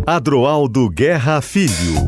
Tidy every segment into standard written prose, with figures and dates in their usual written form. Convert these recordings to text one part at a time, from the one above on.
Adroaldo Guerra Filho.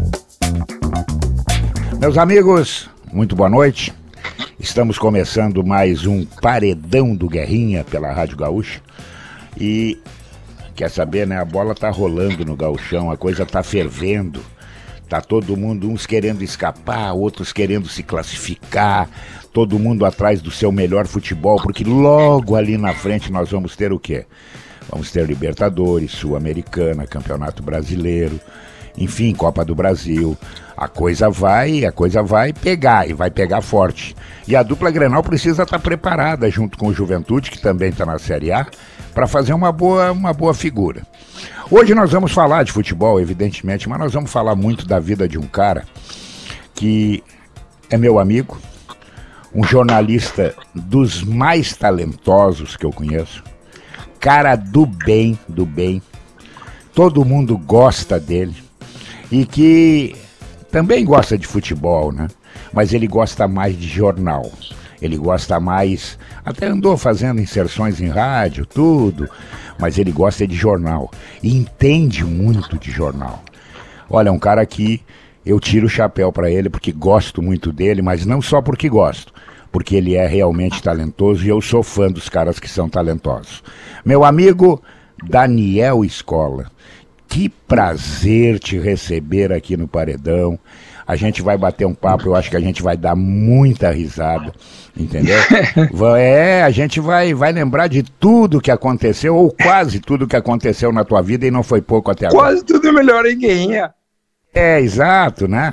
Meus amigos, muito boa noite. Estamos começando mais um Paredão do Guerrinha pela Rádio Gaúcha. E quer saber, né? A bola tá rolando no gauchão, a coisa tá fervendo. Tá todo mundo, uns querendo escapar, outros querendo se classificar, todo mundo atrás do seu melhor futebol, porque logo ali na frente nós vamos ter o quê? Vamos ter Libertadores, Sul-Americana, Campeonato Brasileiro, enfim, Copa do Brasil. A coisa vai pegar, e vai pegar forte. E a dupla Grenal precisa estar preparada, junto com o Juventude, que também está na Série A, para fazer uma boa figura. Hoje nós vamos falar de futebol, evidentemente, mas nós vamos falar muito da vida de um cara que é meu amigo, um jornalista dos mais talentosos que eu conheço, cara do bem, todo mundo gosta dele e que também gosta de futebol, né? Mas ele gosta mais de jornal, ele gosta mais, até andou fazendo inserções em rádio, tudo, mas ele gosta de jornal e entende muito de jornal. Olha, um cara que eu tiro o chapéu para ele porque gosto muito dele, mas não só porque gosto, porque ele é realmente talentoso e eu sou fã dos caras que são talentosos. Meu amigo Daniel Escola, que prazer te receber aqui no Paredão. A gente vai bater um papo, eu acho que a gente vai dar muita risada, entendeu? A gente vai lembrar de tudo que aconteceu, ou quase tudo que aconteceu na tua vida e não foi pouco até agora. Quase tudo melhor, hein, Guerrinha? É, exato, né?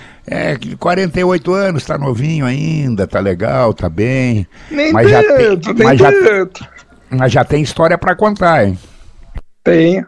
48 anos, tá novinho ainda, tá legal, tá bem. Mas já tem história pra contar, hein? Tem.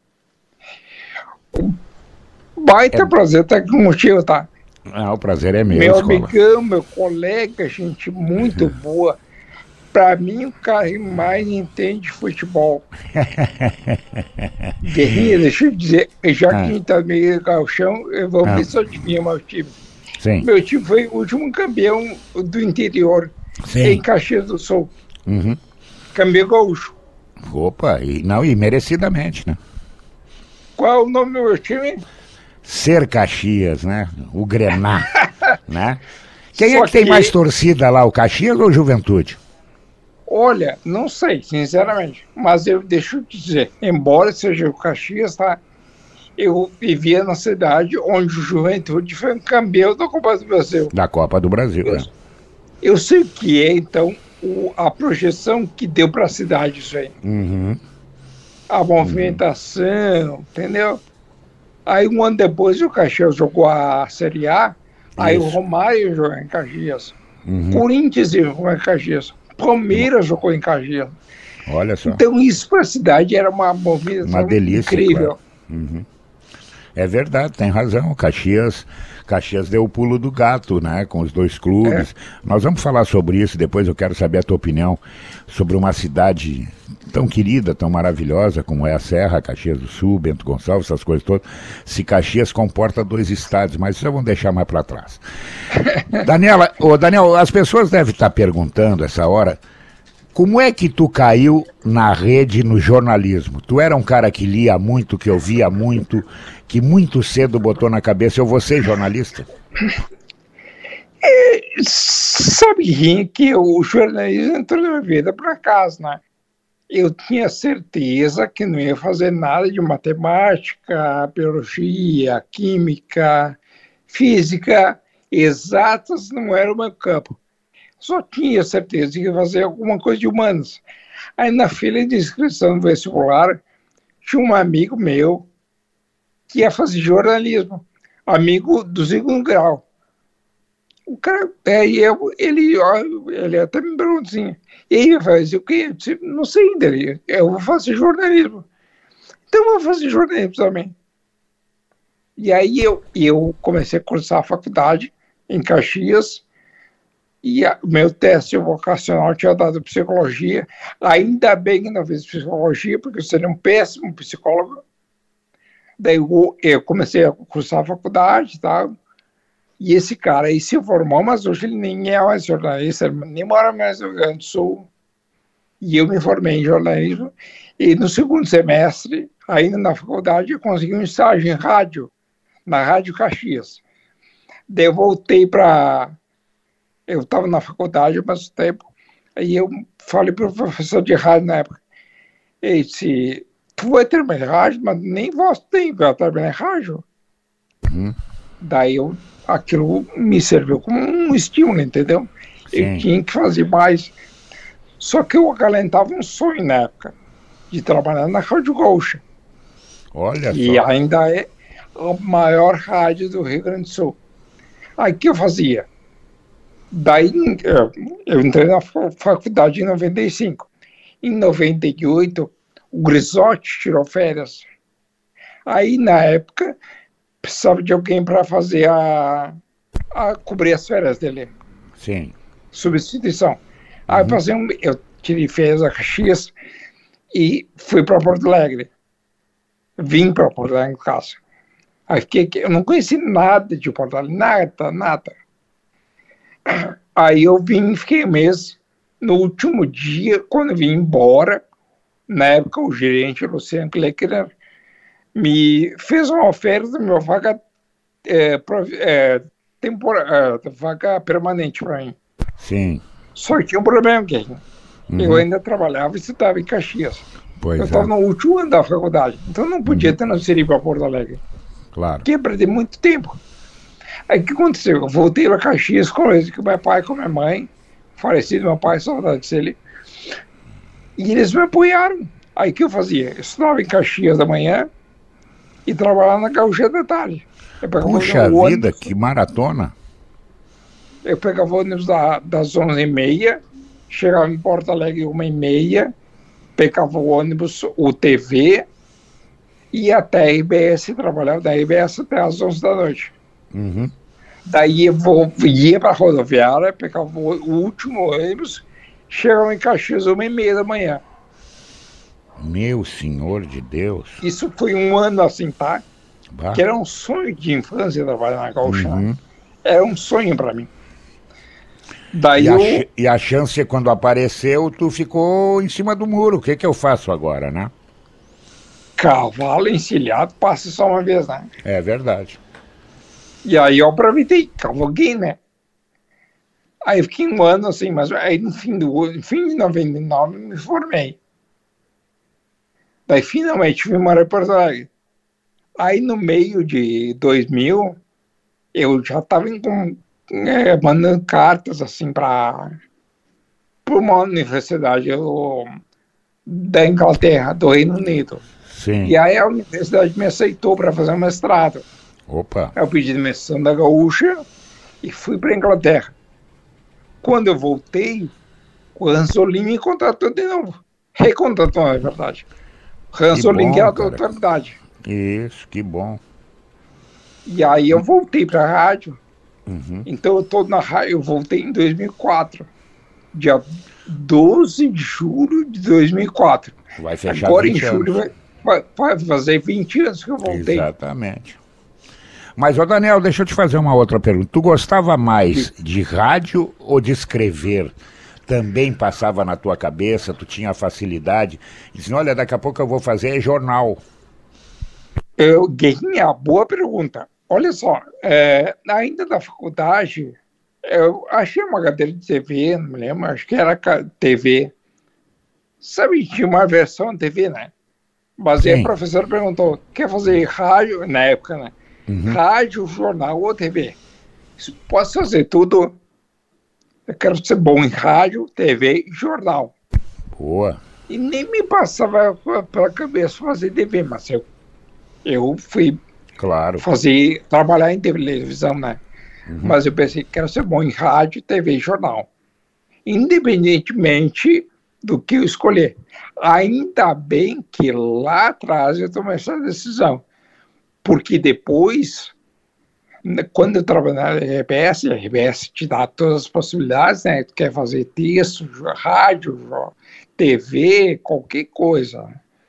Baita prazer estar aqui contigo, tá? O prazer é meu, Meu Escola. amigão, meu colega, gente muito boa. Pra mim, o cara que mais entende de futebol. Guerrinha, deixa eu dizer, já que a gente tá meio gauchão, eu vou ver se eu adivinho meu time. Sim. Meu time foi o último campeão do interior, Sim. em Caxias do Sul. Uhum. Campeão gaúcho. Opa, e merecidamente, né? Qual é o nome do meu time? Ser Caxias, né? O Grená, né? Quem Só é que tem que- mais torcida lá, o Caxias ou o Juventude? Olha, não sei, sinceramente, mas eu deixo eu dizer, embora seja o Caxias, tá? Eu vivia na cidade onde o Juventude foi um campeão da Copa do Brasil. Da Copa do Brasil, né? Eu sei o que é, então, a projeção que deu para a cidade isso aí. Uhum. A movimentação, entendeu? Aí um ano depois o Caxias jogou a Série A, aí o Isso. Romário jogou em Caxias. Uhum. Corinthians jogou em Caxias. Palmeiras jogou em Caxias. Olha só. Então isso para a cidade era uma movimentação Uma delícia, incrível. claro. Uhum. É verdade, tem razão. Caxias deu o pulo do gato, né? Com os dois clubes. Nós vamos falar sobre isso depois. Eu quero saber a tua opinião sobre uma cidade tão querida, tão maravilhosa como é a Serra, Caxias do Sul, Bento Gonçalves, essas coisas todas. Se Caxias comporta 2 estados, mas isso vamos deixar mais para trás. Daniel, as pessoas devem estar perguntando essa hora. Como é que tu caiu na rede no jornalismo? Tu era um cara que lia muito, que ouvia muito, que muito cedo botou na cabeça, eu vou ser jornalista? Sabe, Rinha, que o jornalismo entrou na minha vida por acaso, né? Eu tinha certeza que não ia fazer nada de matemática, biologia, química, física, exatas não era o meu campo. Só tinha certeza de que ia fazer alguma coisa de humanas. Aí na fila de inscrição no vestibular, tinha um amigo meu que ia fazer jornalismo, amigo do segundo grau. O cara, ele até me perguntou assim, e aí eu falei, o quê? Eu disse, não sei ainda, eu vou fazer jornalismo. Então eu vou fazer jornalismo também. E aí eu comecei a cursar a faculdade em Caxias, e o meu teste vocacional tinha dado psicologia. Ainda bem que não fiz psicologia, porque eu seria um péssimo psicólogo. Daí eu comecei a cursar a faculdade e tal. E esse cara aí se formou, mas hoje ele nem é mais jornalista, ele nem mora mais no Rio Grande do Sul. E eu me formei em jornalismo. E no segundo semestre, ainda na faculdade, eu consegui um estágio em rádio, na Rádio Caxias. Daí eu voltei para... Eu estava na faculdade há mais tempo, aí eu falei para o professor de rádio na época, ele disse, tu vai terminar em rádio, mas nem voz tem para terminar em rádio. Daí aquilo me serviu como um estímulo, entendeu? Sim. Eu tinha que fazer mais. Só que eu acalentava um sonho na época, de trabalhar na Rádio Gaúcha. Olha E só. ainda é a maior rádio do Rio Grande do Sul. Aí o que eu fazia? Daí eu entrei na faculdade em 95. Em 98, o Grisotti tirou férias. Aí, na época, precisava de alguém para fazer a cobrir as férias dele. Sim. Substituição. Aí eu tirei férias a Caxias e fui para Porto Alegre. Vim para Porto Alegre, no caso. Aí eu não conheci nada de Porto Alegre, nada. Aí eu fiquei um mês. No último dia, quando eu vim embora, na época o gerente Luciano Kleckner me fez uma oferta de uma vaga vaga permanente para mim. Sim. Só que tinha um problema, que eu ainda trabalhava e estudava em Caxias. Eu estava no último ano da faculdade, então não podia transferir para Porto Alegre. Claro. Porque ia perder muito tempo. Aí o que aconteceu? Eu voltei para Caxias com meu pai e com minha mãe, falecido meu pai, saudades dele, e eles me apoiaram. Aí o que eu fazia? Eu estudava em Caxias da manhã e trabalhava na Gaúcha da tarde. Puxa vida, que maratona! Eu pegava o ônibus das 11h30, chegava em Porto Alegre 1h30, pegava o ônibus, o TV, ia até a RBS, trabalhava da RBS até às 11 da noite. Daí eu ia para a rodoviária, pegava o último ônibus, chegava em Caxias 1h30 da manhã. Meu Senhor de Deus! Isso foi um ano assim, tá? Bah. Que era um sonho de infância trabalhar na Gaúcha. Era um sonho para mim. Daí e a chance, quando apareceu, tu ficou em cima do muro. O que eu faço agora, né? Cavalo encilhado passa só uma vez, né? É verdade. E aí eu aproveitei, cavalguei, né? Aí eu fiquei um ano assim, mas aí no fim de 99 me formei. Daí finalmente vim morar em Porto Alegre. Aí no meio de 2000, eu já estava mandando cartas assim para uma universidade da Inglaterra, do Reino Unido. Sim. E aí a universidade me aceitou para fazer um mestrado. Opa! Eu pedi demissão da Gaúcha e fui para a Inglaterra. Quando eu voltei, o Ransolim me contratou de novo. Recontratou, na verdade. Ransolim, que era a autoridade. Isso, que bom. E aí eu voltei para a rádio. Então eu tô na rádio, eu voltei em 2004. Dia 12 de julho de 2004. Vai fechar agora 20 em julho anos. vai fazer 20 anos que eu voltei. Exatamente. Mas, ô Daniel, deixa eu te fazer uma outra pergunta. Tu gostava mais de rádio ou de escrever? Também passava na tua cabeça, tu tinha facilidade? Disse, olha, daqui a pouco eu vou fazer jornal. Guerrinha, boa pergunta. Olha só, ainda na faculdade, eu achei uma cadeira de TV, não me lembro, acho que era TV. Sabe, tinha uma versão de TV, né? Mas aí a professora perguntou, quer fazer rádio, na época, né? Rádio, jornal ou TV? Isso, posso fazer tudo. Eu quero ser bom em rádio, TV e jornal. Boa. E nem me passava pela cabeça fazer TV, mas eu fui trabalhar em televisão, né? Mas eu pensei que quero ser bom em rádio, TV e jornal. Independentemente do que eu escolher. Ainda bem que lá atrás eu tomei essa decisão. Porque depois, quando eu trabalhei na RBS, a RBS te dá todas as possibilidades, né? Tu quer fazer texto, rádio, TV, qualquer coisa.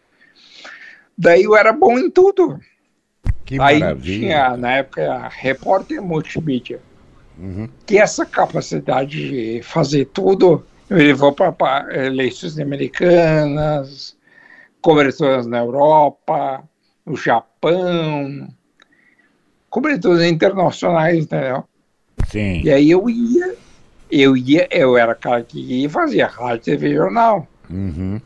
Daí eu era bom em tudo. Que aí maravilha. Tinha, na época, a repórter multimídia. Que essa capacidade de fazer tudo me levou para eleições americanas, coberturas na Europa, no Japão, coberturas internacionais, entendeu? Sim. E aí eu era cara que ia e fazia rádio, TV, jornal. Uhum.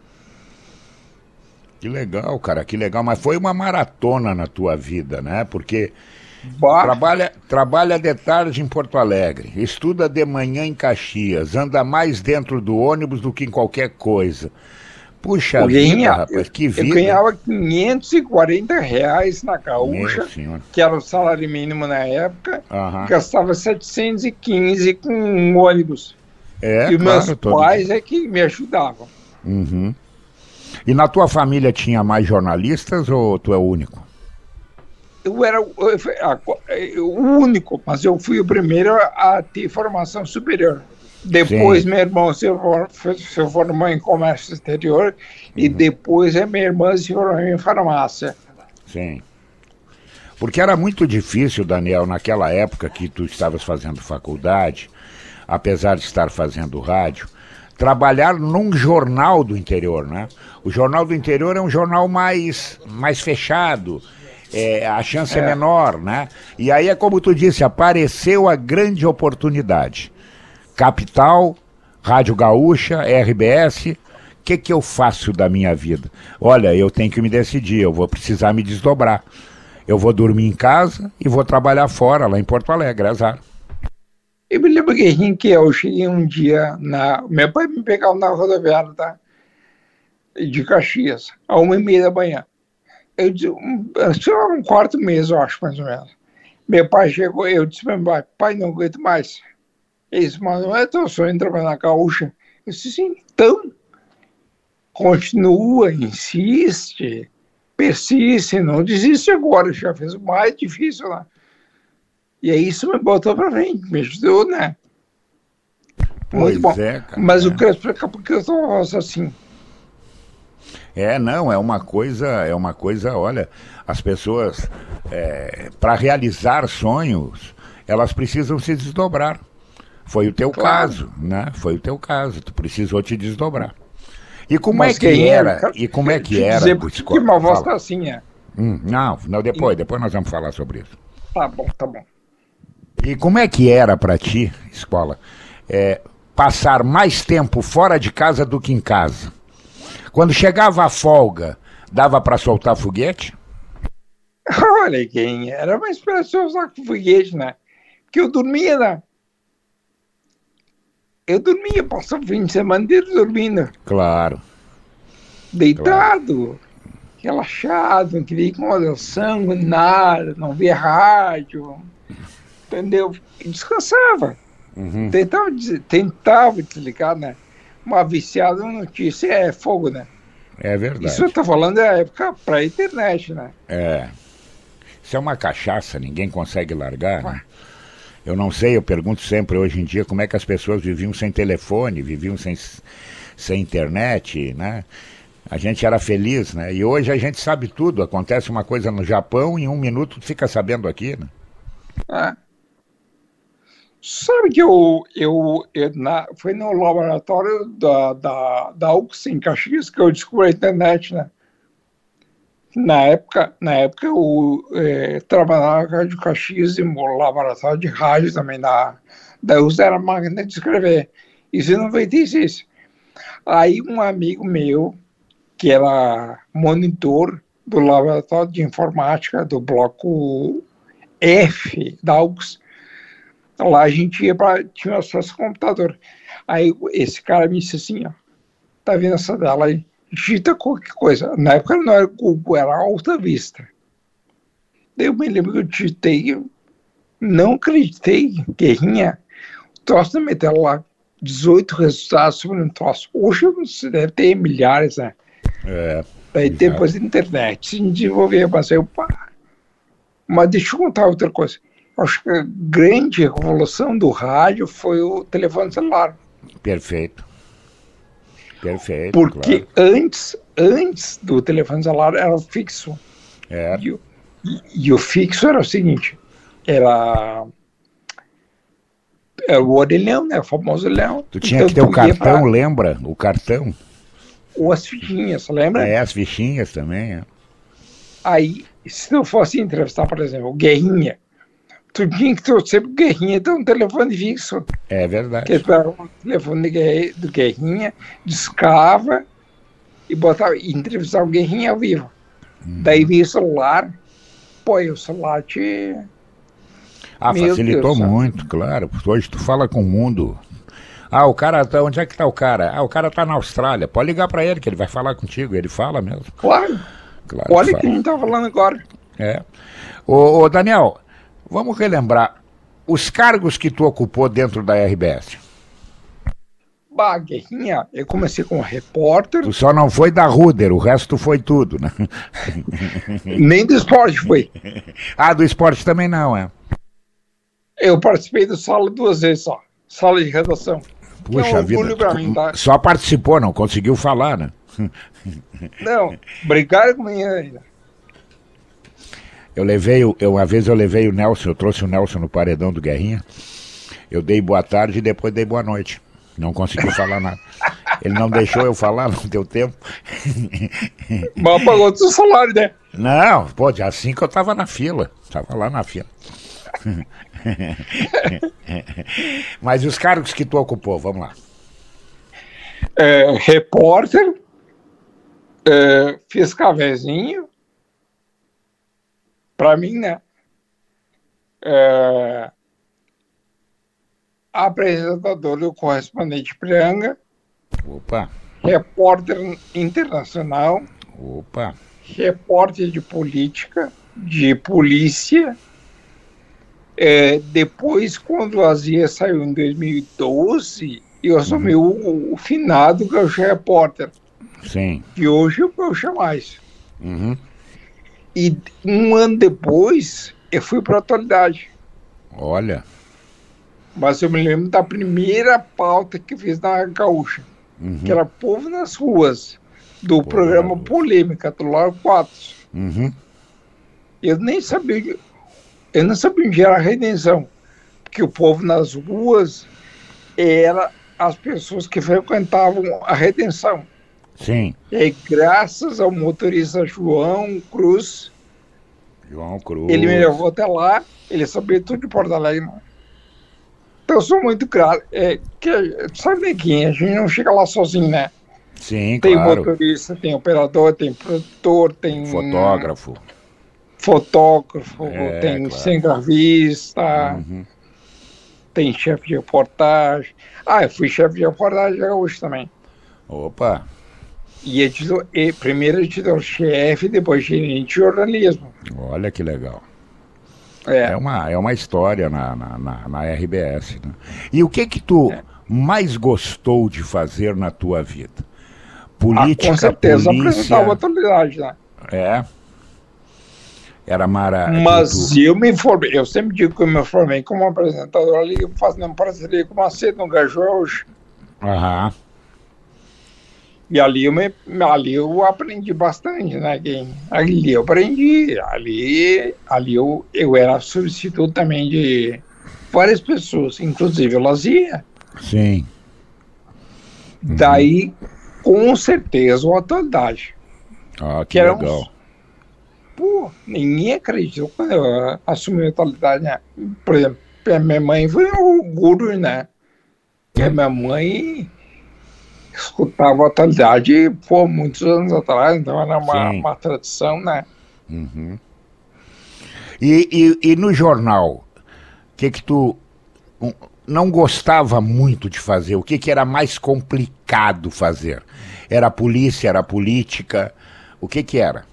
Que legal, cara, que legal. Mas foi uma maratona na tua vida, né? Porque trabalha de tarde em Porto Alegre, estuda de manhã em Caxias, anda mais dentro do ônibus do que em qualquer coisa. Puxa vida, rapaz, que vida. Eu ganhava R$ 540 na Gaúcha, que era o salário mínimo na época, gastava 715 com um ônibus. E meus pais é que me ajudavam. Uhum. E na tua família tinha mais jornalistas ou tu é o único? Eu era o único, mas eu fui o primeiro a ter formação superior. Depois meu irmão se formou em comércio exterior e depois a minha irmã se formou em farmácia. Sim. Porque era muito difícil, Daniel, naquela época que tu estavas fazendo faculdade, apesar de estar fazendo rádio, trabalhar num jornal do interior, né? O Jornal do Interior é um jornal mais fechado, a chance é menor, né? E aí é como tu disse, apareceu a grande oportunidade. Capital, Rádio Gaúcha, RBS, o que eu faço da minha vida? Olha, eu tenho que me decidir, eu vou precisar me desdobrar. Eu vou dormir em casa e vou trabalhar fora, lá em Porto Alegre, azar. Eu me lembro que eu cheguei um dia, meu pai me pegava na rodoviária, tá? De Caxias, às 1h30 da manhã. Eu disse, um quarto mês, eu acho, mais ou menos. Meu pai chegou, eu disse para meu pai, não aguento mais. Ele disse, mas não é teu sonho trabalhar na Gaúcha? Eu disse, então, continua, insiste, persiste, não desiste agora, já fez o mais difícil lá. E aí isso me botou para frente, me ajudou, né? Muito bom. Cara, mas eu quero explicar porque eu estou assim. Não, é uma coisa, olha, as pessoas, para realizar sonhos, elas precisam se desdobrar. Foi o teu caso, né? Foi o teu caso, tu precisou te desdobrar. E como é que era? E como é que era? Porque uma voz está assim, Não, depois nós vamos falar sobre isso. Tá bom, tá bom. E como é que era para ti, escola, passar mais tempo fora de casa do que em casa? Quando chegava a folga, dava para soltar foguete? Olha, quem era mais para soltar foguete, né? Porque eu dormia, né? Eu dormia, passava o fim de semana inteiro dormindo. Claro. Deitado, relaxado, não queria incomodação, nada, não via rádio, entendeu? E descansava. Tentava desligar, né? Uma viciada em notícia é fogo, né? É verdade. Isso eu tô falando da época pré-internet, né? Isso é uma cachaça, ninguém consegue largar, né? Eu não sei, eu pergunto sempre hoje em dia como é que as pessoas viviam sem telefone, viviam sem internet, né? A gente era feliz, né? E hoje a gente sabe tudo, acontece uma coisa no Japão, em 1 minuto tu fica sabendo aqui, né? Sabe que foi no laboratório da UX em Caxias que eu descobri a internet, né? Na época eu trabalhava na Rádio Caxias e no laboratório de rádio também da UX era máquina de escrever. Isso em 96. Aí um amigo meu, que era monitor do laboratório de informática do bloco F da UX, lá a gente ia tinha acesso ao computador. Aí esse cara me disse assim, tá vendo essa tela aí? Digita qualquer coisa. Na época não era Google, era Alta Vista. Daí eu me lembro que eu digitei, não acreditei, guerrinha, o troço da minha tela lá, 18 resultados sobre um troço. Hoje você deve ter milhares, né? Daí depois da internet se desenvolveu, mas deixa eu contar outra coisa. Acho que a grande revolução do rádio foi o telefone celular. Perfeito. Porque claro. antes do telefone celular era o fixo. E o fixo era o seguinte, era o orelhão, né? O famoso orelhão. Tu tinha que ter o cartão, lembra? O cartão. Ou as fichinhas, lembra? É, as fichinhas também, é. Aí, se tu fosse entrevistar, por exemplo, o Guerrinha, tu tinha que torcer pro Guerrinha ter um telefone fixo. É Que verdade. ele pegava o telefone do Guerrinha, discava e botava, e entrevistava o Guerrinha ao vivo. Daí vinha o celular, pô, e o celular te... Ah, Meu facilitou Deus, sabe? muito, claro. Hoje tu fala com o mundo. Ah, o cara tá. Onde é que tá o cara? Ah, o cara tá na Austrália. Pode ligar pra ele, que ele vai falar contigo. Ele fala mesmo. Claro, Claro olha que o que a fala. gente tá falando agora. É. Ô, Daniel, vamos relembrar os cargos que tu ocupou dentro da RBS. Bah, Guerrinha, eu comecei como repórter, Tu só não foi da Ruder, o resto foi tudo, né? nem do esporte foi. Ah, do esporte também não, é? Eu participei do sala 2 vezes só, sala de redação. Que é um Puxa orgulho vida, pra mim, tá? só participou, não conseguiu falar, né? Não, brigaram comigo ainda. Uma vez eu levei o Nelson, eu trouxe o Nelson no paredão do Guerrinha. Eu dei boa tarde e depois dei boa noite. Não conseguiu falar nada. Ele não deixou eu falar, não deu tempo. Mas pagou o seu salário, né? Não, pô, dia 5 eu tava na fila. Tava lá na fila. Mas os cargos que tu ocupou, vamos lá. Repórter, fiz cafezinho, pra mim, né? Apresentador do Correspondente Piranga, Opa, repórter internacional, opa. repórter de política, de polícia. Depois, quando o Azia saiu em 2012, eu assumi o finado Gaúcho Repórter, Sim. que hoje é o Gaúcho Mais. Uhum. E um ano depois, eu fui para a Atualidade. Olha. Mas eu me lembro da primeira pauta que fiz na Gaúcha, que era Povo nas Ruas, do programa Polêmica, do Lauro Quatro. Uhum. Eu nem sabia, eu não sabia onde era a redenção, porque o povo nas ruas era as pessoas que frequentavam a redenção. Sim. E aí, graças ao motorista João Cruz, ele me levou até lá, ele sabia tudo de Porto Alegre. Então, eu sou muito grato. Sabe bem quem? A gente não chega lá sozinho, né? Sim, tem claro. Motorista, tem operador, tem produtor, tem fotógrafo, tem claro. cinegrafista, tem chefe de reportagem. Eu fui chefe de reportagem da Gaúcha também. Opa. E primeiro editor-chefe, depois gerente de jornalismo. Olha que legal. É uma história na RBS, né? E o que tu mais gostou de fazer na tua vida? Política, com certeza, polícia... apresentava a atualidade, né? Era Mas eu me formei, eu sempre digo que eu me formei como apresentador ali, fazendo parceria com o Macedo no Gaúcho. Aham. E ali eu aprendi bastante, né? Ali eu aprendi, ali eu era substituto também de várias pessoas, inclusive o Lazia. Sim. Daí, com certeza, a atualidade. Que legal. Ninguém acreditou quando eu assumi a atualidade, né? Por exemplo, minha mãe foi o guru, né? E a minha mãe escutava a atualidade por muitos anos atrás, então era uma tradição, né? Uhum. E no jornal, o que tu não gostava muito de fazer? O que era mais complicado fazer? Era a polícia, era a política? O que era?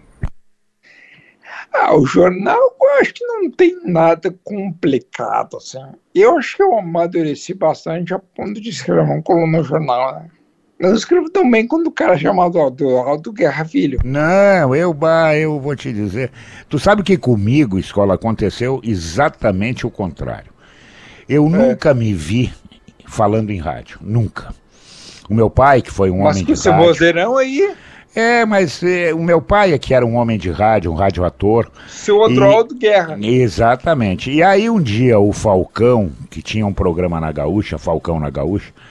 O jornal, eu acho que não tem nada complicado, assim. Eu acho que eu amadureci bastante a ponto de escrever uma coluna no jornal, né? Eu escrevo também quando o cara é chamado Aldo Guerra Filho. Não, eu vou te dizer. Tu sabe que comigo, escola, aconteceu exatamente o contrário. Eu nunca me vi falando em rádio, nunca. O meu pai, que foi um homem de rádio... Mas com esse vozeirão aí... mas o meu pai, que era um homem de rádio, um radioator... Seu Aldo Guerra. Exatamente. E aí um dia o Falcão, que tinha um programa na Gaúcha, Falcão na Gaúcha,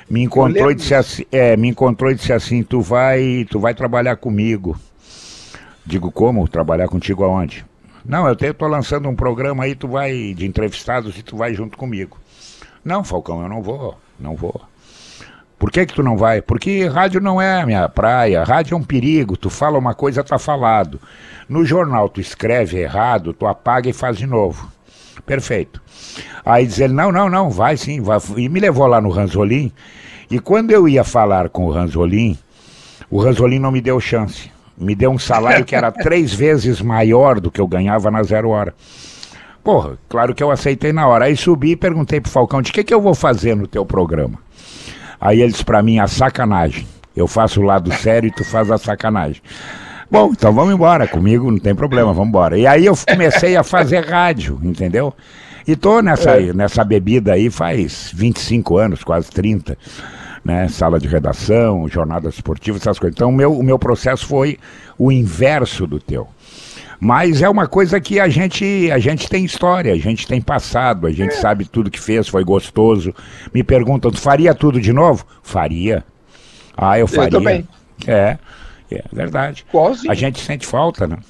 Me encontrou e disse assim, tu vai trabalhar comigo. Digo, como? Trabalhar contigo aonde? Não, eu tô lançando um programa aí, tu vai, de entrevistados, e tu vai junto comigo. Não, Falcão, eu não vou. Por que tu não vai? Porque rádio não é a minha praia, rádio é um perigo, tu fala uma coisa, tá falado. No jornal tu escreve errado, tu apaga e faz de novo. Perfeito. Aí diz ele, não, vai sim, vai. E me levou lá no Ranzolin, e quando eu ia falar com o Ranzolin não me deu chance. Me deu um salário que era 3 vezes maior do que eu ganhava na 0 Hora. Porra, claro que eu aceitei na hora. Aí subi e perguntei pro Falcão, de que eu vou fazer no teu programa? Aí ele disse pra mim, a sacanagem. Eu faço o lado sério e tu faz a sacanagem. Bom, então vamos embora, comigo não tem problema, vamos embora. E aí eu comecei a fazer rádio, entendeu? E tô nessa bebida aí faz 25 anos, quase 30. Né, sala de redação, jornadas esportivas, essas coisas. Então o meu processo foi o inverso do teu. Mas é uma coisa que a gente tem história, a gente tem passado, a gente sabe tudo que fez, foi gostoso. Me perguntam, tu faria tudo de novo? Faria. Ah, eu faria. Eu também. É verdade. Quase. A gente sente falta, né?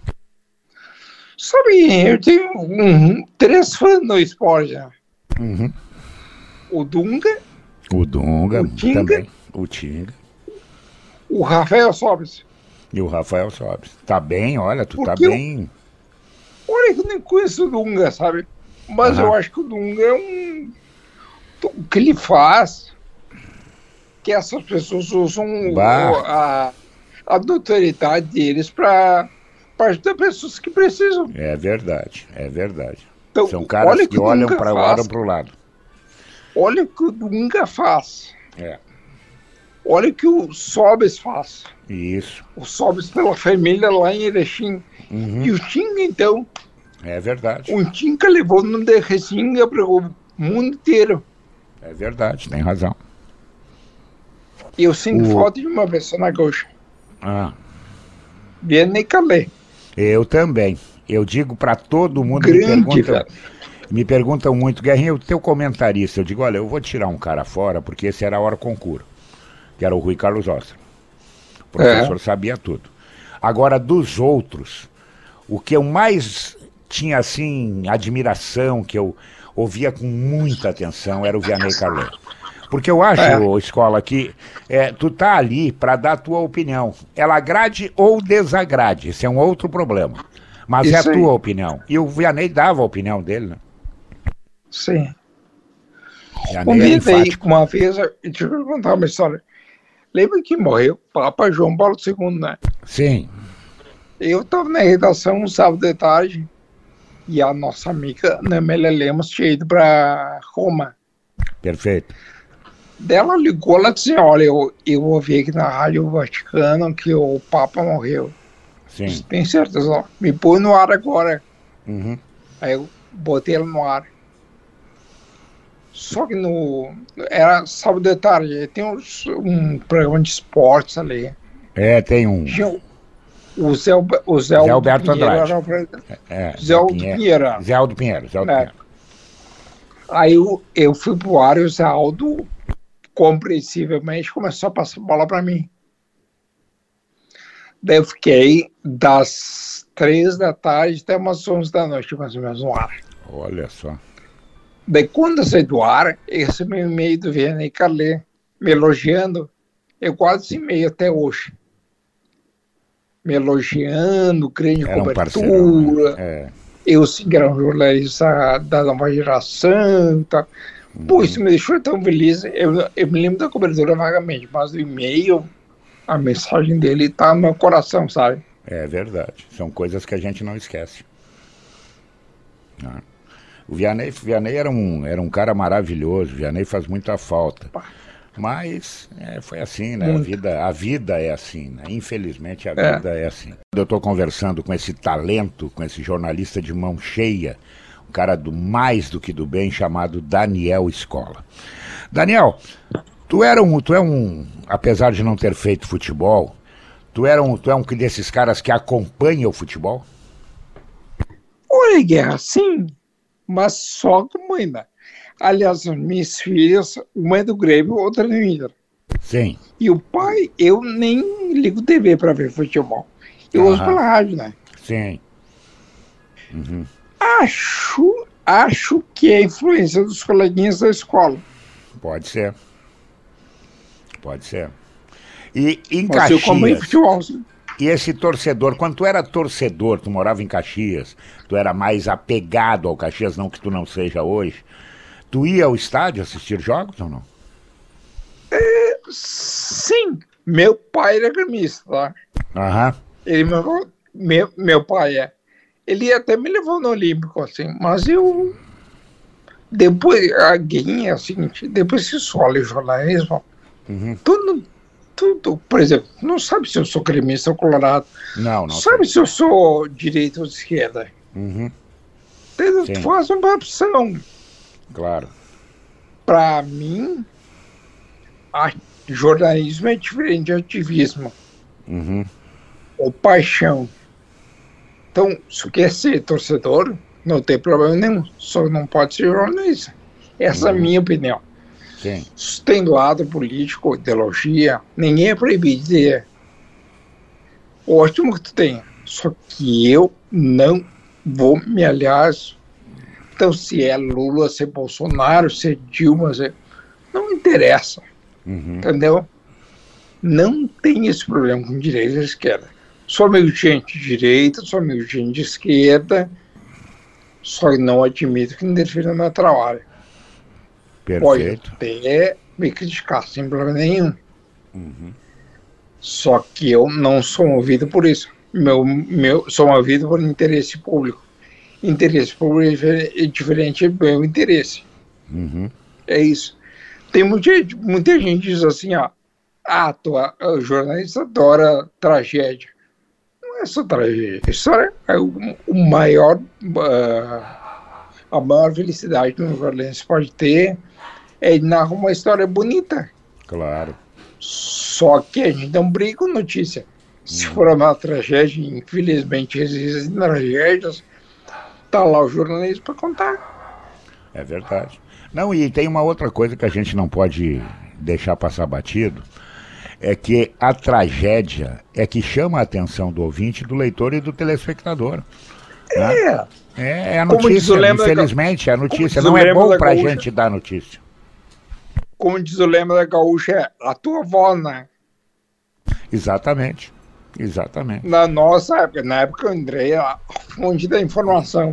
Sabe, eu tenho 3 fãs no esporte, né? Uhum. O Dunga, o Tinga, também. O Tinga. O Rafael Sobes. E o Rafael Sobes. Tá bem, olha, tu tá bem. Olha que eu nem conheço o Dunga, sabe? Mas eu acho que o Dunga é o que ele faz, que essas pessoas usam a notoriedade deles para ajudar pessoas que precisam. É verdade. Então, são caras que olham para o lado. Olha o que o Dunga faz. Olha o que o Sobes faz. Isso. O Sobes pela família lá em Erechim. Uhum. E o Tinga, então. É verdade. O Tinga levou no de Ressinga para o mundo inteiro. É verdade, tem razão. Eu sinto falta de uma pessoa na gaúcha. Vianney Calé. Eu também. Eu digo para todo mundo. Grande, me perguntam muito, Guerrinha, o teu comentarista. Eu digo, olha, eu vou tirar um cara fora, porque esse era a hora concurso, que era o Rui Carlos Ostra. O professor sabia tudo. Agora, dos outros, o que eu mais tinha, assim, admiração, que eu ouvia com muita atenção, era o Vianney Calé. Porque eu acho, Escola, que tu tá ali para dar a tua opinião. Ela agrade ou desagrade, esse é um outro problema. Mas isso é a tua opinião. E o Vianney dava a opinião dele, né? Sim. Uma vez, deixa eu contar uma história. Lembra que morreu o Papa João Paulo II, né? Sim. Eu estava na redação um sábado de tarde e a nossa amiga Amélia Lemos tinha ido para Roma. Perfeito. Ela ligou, ela disse, olha, eu ouvi aqui na Rádio Vaticano que o Papa morreu. Sim. Tem certeza? Me põe no ar agora. Uhum. Aí eu botei ela no ar. Só que era sábado de tarde, tem um programa de esportes ali. Tem um. O Zé Alberto Andrade. Zé Aldo Pinheiro. Zé Aldo Pinheiro. Aí eu fui pro ar e o Zé Aldo, compreensivelmente, começou a passar bola para mim. Daí eu fiquei das 3 da tarde até umas 11 da noite, mais ou menos, no ar. Olha só. Daí quando eu saí do ar, eu recebi um e-mail do Vianney Calé, me elogiando. Eu quase e-mail até hoje. Me elogiando, grande cobertura. Né? Eu sim, que era um jornalista da nova geração e tal. Pô, isso me deixou tão feliz. Eu me lembro da cobertura vagamente, mas o e-mail, a mensagem dele tá no meu coração, sabe? É verdade. São coisas que a gente não esquece. O Vianney era um cara maravilhoso. O Vianney faz muita falta. Mas foi assim, né? A vida é assim, né? Infelizmente a vida é assim. Eu estou conversando com esse talento, com esse jornalista de mão cheia, um cara do mais do que do bem, chamado Daniel Escola. Daniel, tu é um, apesar de não ter feito futebol, tu é um desses caras que acompanha o futebol? Olha, Guerra, sim, mas só como ainda. Aliás, minhas filhas, uma é do Grêmio, outra do Inter. Sim. E o pai, eu nem ligo TV para ver futebol. Eu uso pela rádio, né? Sim. Acho que é a influência dos coleguinhas da escola. Pode ser. Pode ser. E em Mas eu como em Caxias, futebol, sim. e esse torcedor, quando tu era torcedor, tu morava em Caxias, tu era mais apegado ao Caxias, não que tu não seja hoje, tu ia ao estádio assistir jogos ou não? Sim, meu pai era gremista, tá? Aham. Ele meu pai é. Ele até me levou no Olímpico, assim, mas eu. Depois, a guinha é o seguinte: depois que escolhe jornalismo, tudo, por exemplo, não sabe se eu sou gremista ou colorado, Não sabe se eu sou direita ou de esquerda. Sim. Tu faz uma opção. Claro. Para mim, jornalismo é diferente de ativismo ou paixão. Então, se tu quer ser torcedor, não tem problema nenhum, só não pode ser jornalista. Essa é a minha opinião. Sim. Se tem lado político, ideologia, ninguém é proibido de ter. Ótimo que tu tenha, só que eu não vou me aliar. Então, se é Lula, se é Bolsonaro, se é Dilma, não interessa, entendeu? Não tem esse problema com direita e esquerda. Sou amigo de gente de direita, sou amigo de gente de esquerda, só não admito que interfira no meu trabalho. Pode Perfeito. até me criticar, sem problema nenhum. Só que eu não sou movido por isso. Sou movido por interesse público. Interesse público é diferente do meu interesse. É isso. Tem muita gente que diz assim, ó, o jornalista adora tragédia. Não é só tragédia. A história é a maior felicidade que um jornalista pode ter é narrar uma história bonita. Claro. Só que a gente não briga com notícia. Se for uma tragédia, infelizmente existem tragédias, tá lá o jornalista para contar. É verdade. Não, e tem uma outra coisa que a gente não pode deixar passar batido, é que a tragédia é que chama a atenção do ouvinte, do leitor e do telespectador. Né? É a notícia, infelizmente, a notícia. Não é bom pra gente dar notícia. Como diz o lema da gaúcha, é a tua avó, né? Exatamente. Na nossa época, na época eu entrei a fonte da informação.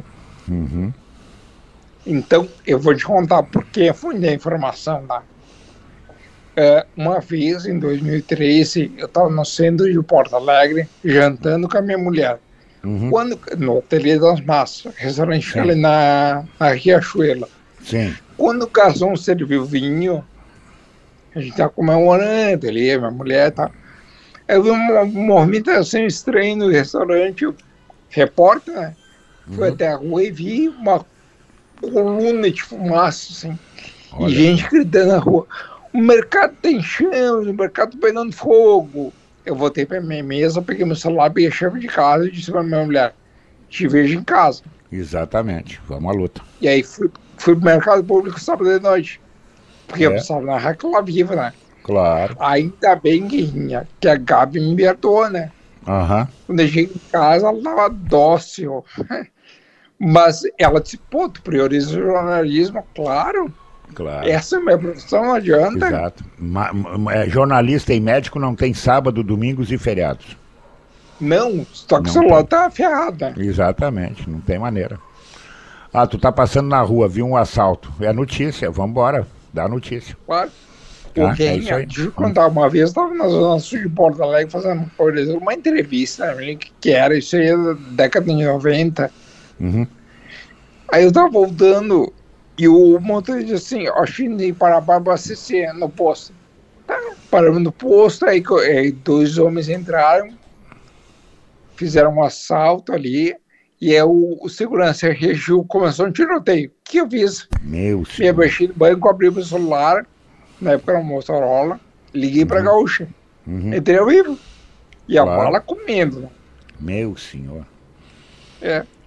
Então, eu vou te contar por que a fonte da informação, tá? Uma vez, em 2013, eu estava no centro de Porto Alegre, jantando com a minha mulher. No Ateliê das Massas, restaurante ali na Riachuelo. Sim. Quando o garçom serviu vinho, a gente estava comemorando ali, minha mulher tá. Eu vi uma movimentação estranha no restaurante, o repórter, né? Foi até a rua e vi uma coluna de fumaça, assim, e gente gritando na rua. O mercado tem chama, o mercado pegando fogo. Eu voltei para minha mesa, peguei meu celular, peguei a chave de casa e disse para minha mulher, te vejo em casa. Exatamente, vamos à luta. E aí fui pro mercado público sábado de noite, porque eu precisava narrar aquela viva, né? Claro. Ainda bem que a Gabi me perdoou, né? Quando eu cheguei em casa, ela estava dócil. Mas ela disse, pô, tu prioriza o jornalismo, claro. Essa é a minha profissão, não adianta. Exato. Jornalista e médico não tem sábado, domingos e feriados. Não, só que o celular tá ferrado, né? Exatamente, não tem maneira. Tu tá passando na rua, viu um assalto. É notícia, vambora, dá a notícia. Claro. Deixa eu contar, uma vez eu estava na Zona Sul de Porto Alegre fazendo, por exemplo, uma entrevista, né, que era isso aí da década de 90. Aí eu tava voltando e o motorista disse assim, acho que nem parar para abastecer no posto. Tá, paramos no posto, aí dois homens entraram, fizeram um assalto ali, e aí o segurança reagiu, começou um tiroteio. O que eu fiz? Meu Me senhor. abaixei do banco, abri meu celular, na época era um Motorola, liguei pra Gaúcha. Entrei ao vivo. E a bala comendo, né? Meu senhor.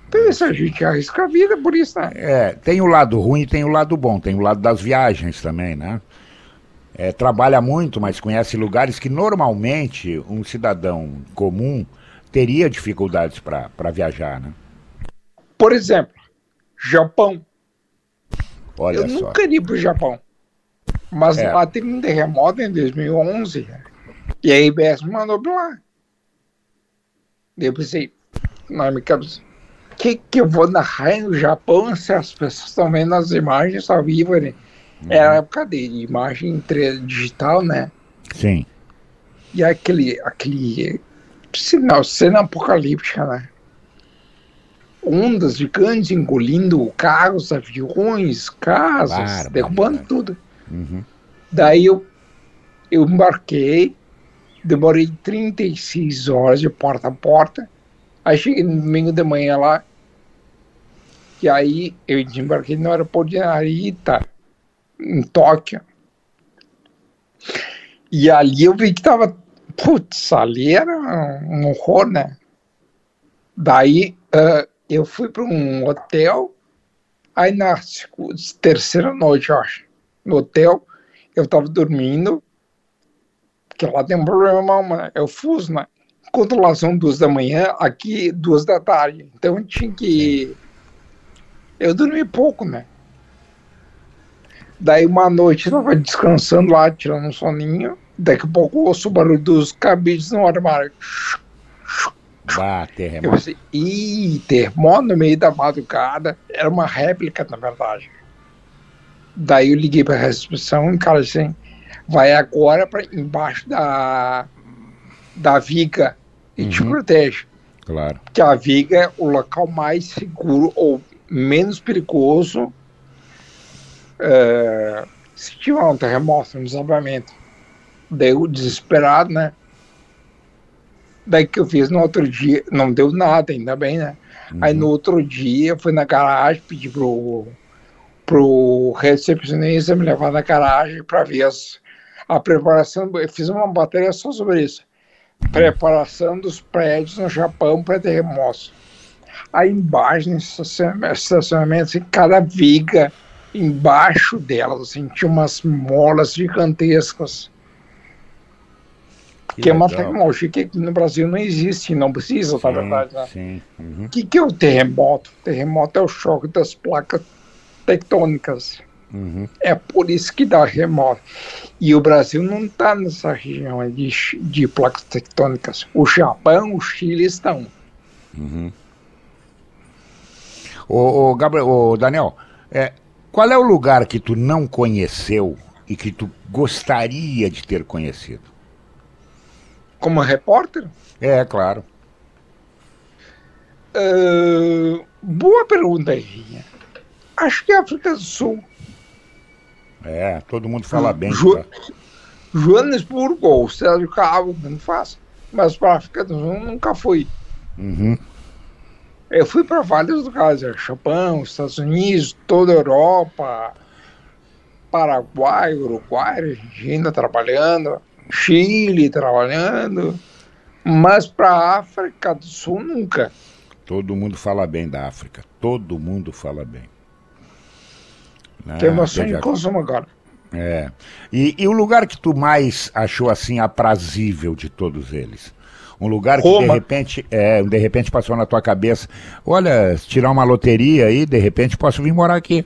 Então isso a gente arrisca a vida por isso, né? Tem o lado ruim e tem o lado bom, tem o lado das viagens também, né? Trabalha muito, mas conhece lugares que normalmente um cidadão comum teria dificuldades para viajar, né? Por exemplo, Japão. Olha Eu só. nunca iria para o Japão, mas lá teve um terremoto em 2011 e a IBS me mandou para lá. Eu pensei, na minha cabeça, que eu vou narrar no Japão se as pessoas estão vendo as imagens ao vivo, né? Era a época de imagem digital, né? Sim. E aquele cena apocalíptica, né? Ondas gigantes engolindo carros, aviões, casas, derrubando tudo. Daí eu embarquei, demorei 36 horas de porta a porta, aí cheguei no domingo de manhã lá, e aí eu desembarquei no aeroporto de Narita, em Tóquio, e ali eu vi que tava, ali era um horror, né? Daí eu fui para um hotel, aí na terceira noite, eu acho, no hotel, eu tava dormindo, porque lá tem um problema, né? É o fuso, né? Enquanto lá são 2 da manhã, aqui 2 da tarde. Então eu tinha que... Eu dormi pouco, né? Daí uma noite eu tava descansando lá, tirando um soninho. Daqui a pouco eu ouço o barulho dos cabides no armário. Terremoto. Eu pensei, terremoto no meio da madrugada. Era uma réplica, na verdade. Daí eu liguei pra recepção e o cara assim, vai agora para embaixo da viga e te protege. Claro. Que a viga é o local mais seguro ou menos perigoso se tiver um terremoto, um desabamento. Daí eu desesperado, né? Daí que eu fiz no outro dia, não deu nada, ainda bem, né? Aí no outro dia eu fui na garagem, pedi pro recepcionista me levar na garagem para ver a preparação. Eu fiz uma matéria só sobre isso. Preparação dos prédios no Japão para terremotos. Aí embaixo, nesse estacionamento, assim, cada viga embaixo delas, assim, tinha umas molas gigantescas. Que é uma tecnologia que aqui no Brasil não existe, não precisa, na verdade. Né? Sim. O que é o terremoto? O terremoto é o choque das placas tectônicas. É por isso que dá terremoto. E o Brasil não está nessa região de placas tectônicas. O Japão, o Chile estão. Gabriel, Daniel, qual é o lugar que tu não conheceu e que tu gostaria de ter conhecido? Como repórter? Claro. Boa pergunta, Rinha. Acho que é a África do Sul. Todo mundo fala bem. Joanesburgo ou Sérgio Cabo, não faço. Mas para a África do Sul nunca fui. Eu fui para vários lugares, Japão, Estados Unidos, toda a Europa, Paraguai, Uruguai, Argentina trabalhando, Chile trabalhando, mas para a África do Sul nunca. Todo mundo fala bem da África, todo mundo fala bem. Tem uma sonho de consumo agora. E o lugar que tu mais achou assim aprazível de todos eles? Um lugar que Roma. de repente passou na tua cabeça, olha, se tirar uma loteria aí, de repente posso vir morar aqui.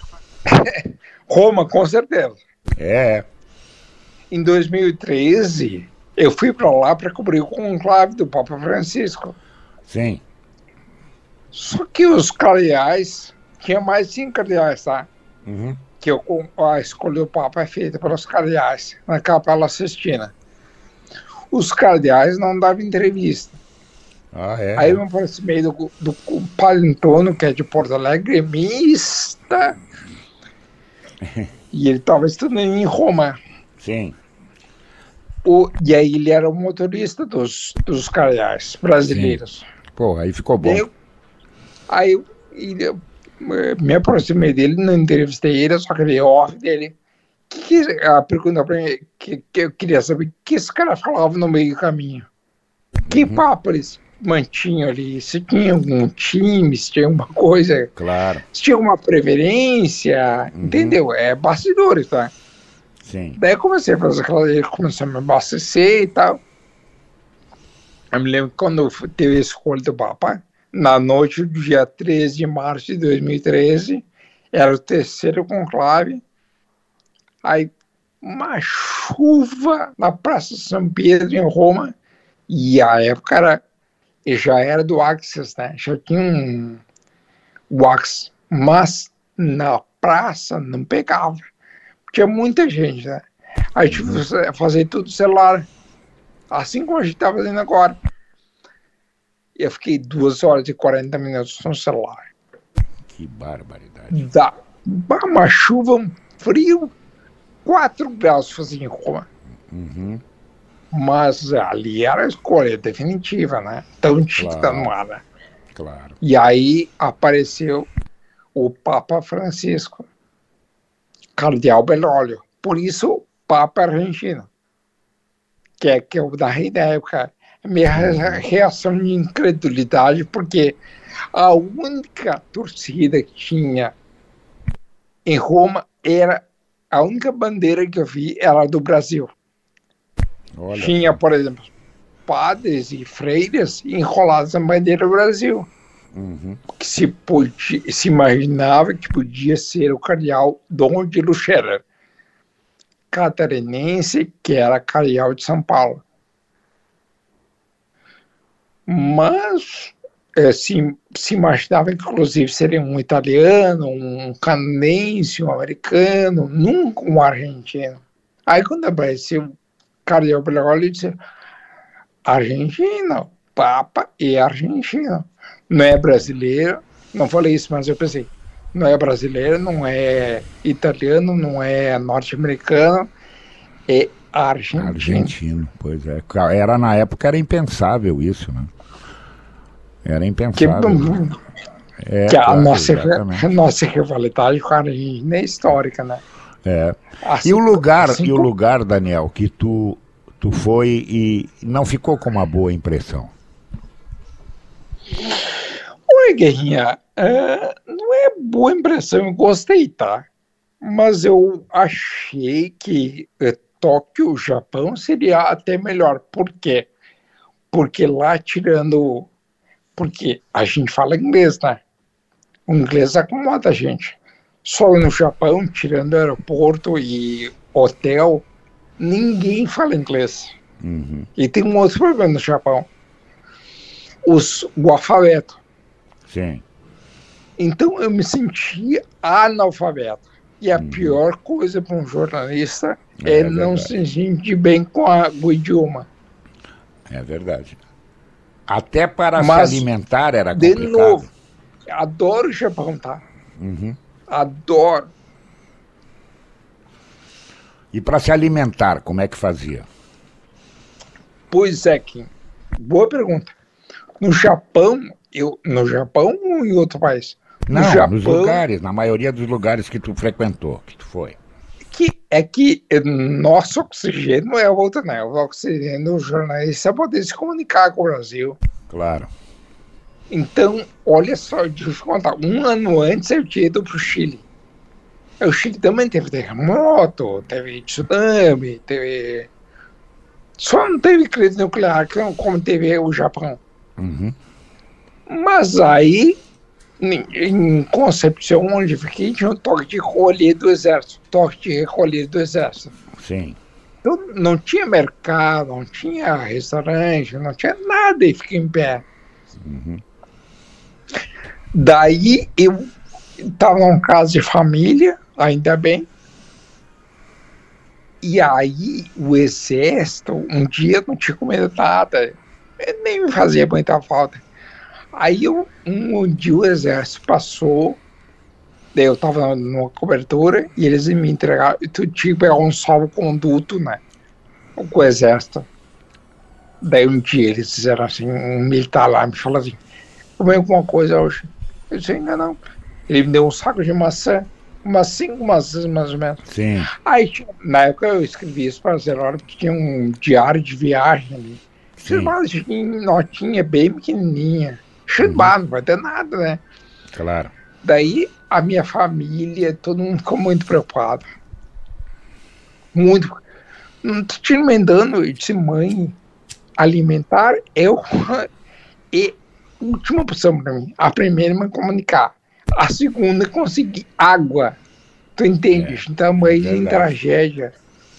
Roma, com certeza. Em 2013, eu fui para lá para cobrir o conclave do Papa Francisco. Sim. Só que os cardeais, tinha mais 5 cardeais, tá? Que a escolha do Papa é feita pelos cardeais, na Capela Sistina. Os cardeais não davam entrevista. Aí eu me aproximei do Padre Antônio, que é de Porto Alegre, mista. E ele estava estudando em Roma. Sim. E aí ele era o motorista dos cardeais brasileiros. Sim. Pô, aí ficou bom. Aí eu me aproximei dele, não entrevistei ele, só que ele off dele. A pergunta para mim que eu queria saber, o que esse cara falava no meio do caminho? Que papo eles? mantinham ali, se tinha algum time, se tinha alguma coisa, Claro. se tinha uma preferência, entendeu? É bastidores, tá? Sim. Daí eu comecei a fazer comecei a me abastecer e tal. Eu me lembro que quando teve a escolha do Papa, na noite do dia 13 de março de 2013, era o terceiro conclave, aí uma chuva na Praça São Pedro, em Roma, e a época já era do Axis, né? Já tinha o Axis, mas na praça não pegava. Tinha muita gente, né? Aí tive que fazer tudo celular, assim como a gente está fazendo agora. Eu fiquei 2 horas e 40 minutos no celular. Que barbaridade. Dá uma chuva, um frio, 4 graus fazia em Roma. Mas ali era a escolha definitiva, né? Então tinha que estar no ar, né? Claro. E aí apareceu o Papa Francisco, Cardeal Bergoglio. Por isso, Papa argentino. Que eu narrei na época. A minha reação de incredulidade, porque a única torcida que tinha em Roma era a única bandeira que eu vi era do Brasil. Olha Tinha, só. por exemplo, padres e freiras enrolados na bandeira do Brasil. Que se imaginava que podia ser o cardeal Dom de Luchera, catarinense, que era cardeal de São Paulo. Mas se imaginava que, inclusive, seria um italiano, um canadense, um americano, nunca um argentino. Aí, quando apareceu o cardeal Bergoglio, ele disse: argentino, Papa é argentino. Não é brasileiro, não falei isso, mas eu pensei, não é brasileiro, não é italiano, não é norte-americano, é argentino. Argentino, pois é. Era, na época era impensável isso, né? Era impensável. Que a nossa rivalidade com a Argentina é histórica, né? É. Assim, E o lugar, Daniel, que tu foi e não ficou com uma boa impressão? Oi, Guerrinha, não é boa impressão, eu gostei, tá? Mas eu achei que Tóquio, Japão, seria até melhor. Por quê? Porque lá porque a gente fala inglês, né? O inglês acomoda a gente. Só no Japão, tirando aeroporto e hotel, ninguém fala inglês. E tem um outro problema no Japão. O alfabeto. Sim. Então eu me senti analfabeto. E a pior coisa para um jornalista é não se sentir bem com o idioma. É verdade. Até para se alimentar era complicado. De novo, adoro o Japão, tá? Adoro. E para se alimentar, como é que fazia? Pois é, Kim. Boa pergunta. No Japão ou em outro país? Não, nos lugares, na maioria dos lugares que tu frequentou, que tu foi. Que nosso oxigênio é outro, né? O oxigênio do jornalista é poder se comunicar com o Brasil. Claro. Então, olha só, deixa eu te contar. 1 ano antes eu tinha ido pro Chile. O Chile também teve terremoto, teve tsunami, só não teve crise nuclear como teve o Japão. Mas aí, em Concepción, onde fiquei, tinha um toque de recolher do exército. Sim. Então, não tinha mercado, não tinha restaurante, não tinha nada e fiquei em pé. Daí eu estava num caso de família, ainda bem. E aí o exército, um dia não tinha comido nada, nem me fazia muita falta. Aí um dia o exército passou, daí eu estava numa cobertura e eles me entregaram, tu tinha que pegar um salvo-conduto, né, com o exército. Daí um dia eles fizeram assim, um militar lá me falou assim: comeu alguma coisa hoje? Eu disse: ainda não. Ele me deu um saco de maçã, umas 5 maçãs mais ou menos. Sim. Aí, na época eu escrevi isso para Zero Hora, porque tinha um diário de viagem ali. Sim. Notinha bem pequenininha. Não vai ter nada, né? Claro. Daí a minha família, todo mundo ficou muito preocupado. Muito. Não tô te emendando, eu disse, mãe, alimentar é última opção para mim. A primeira é me comunicar. A segunda é conseguir água. Tu entende? Então, mãe, em tragédia.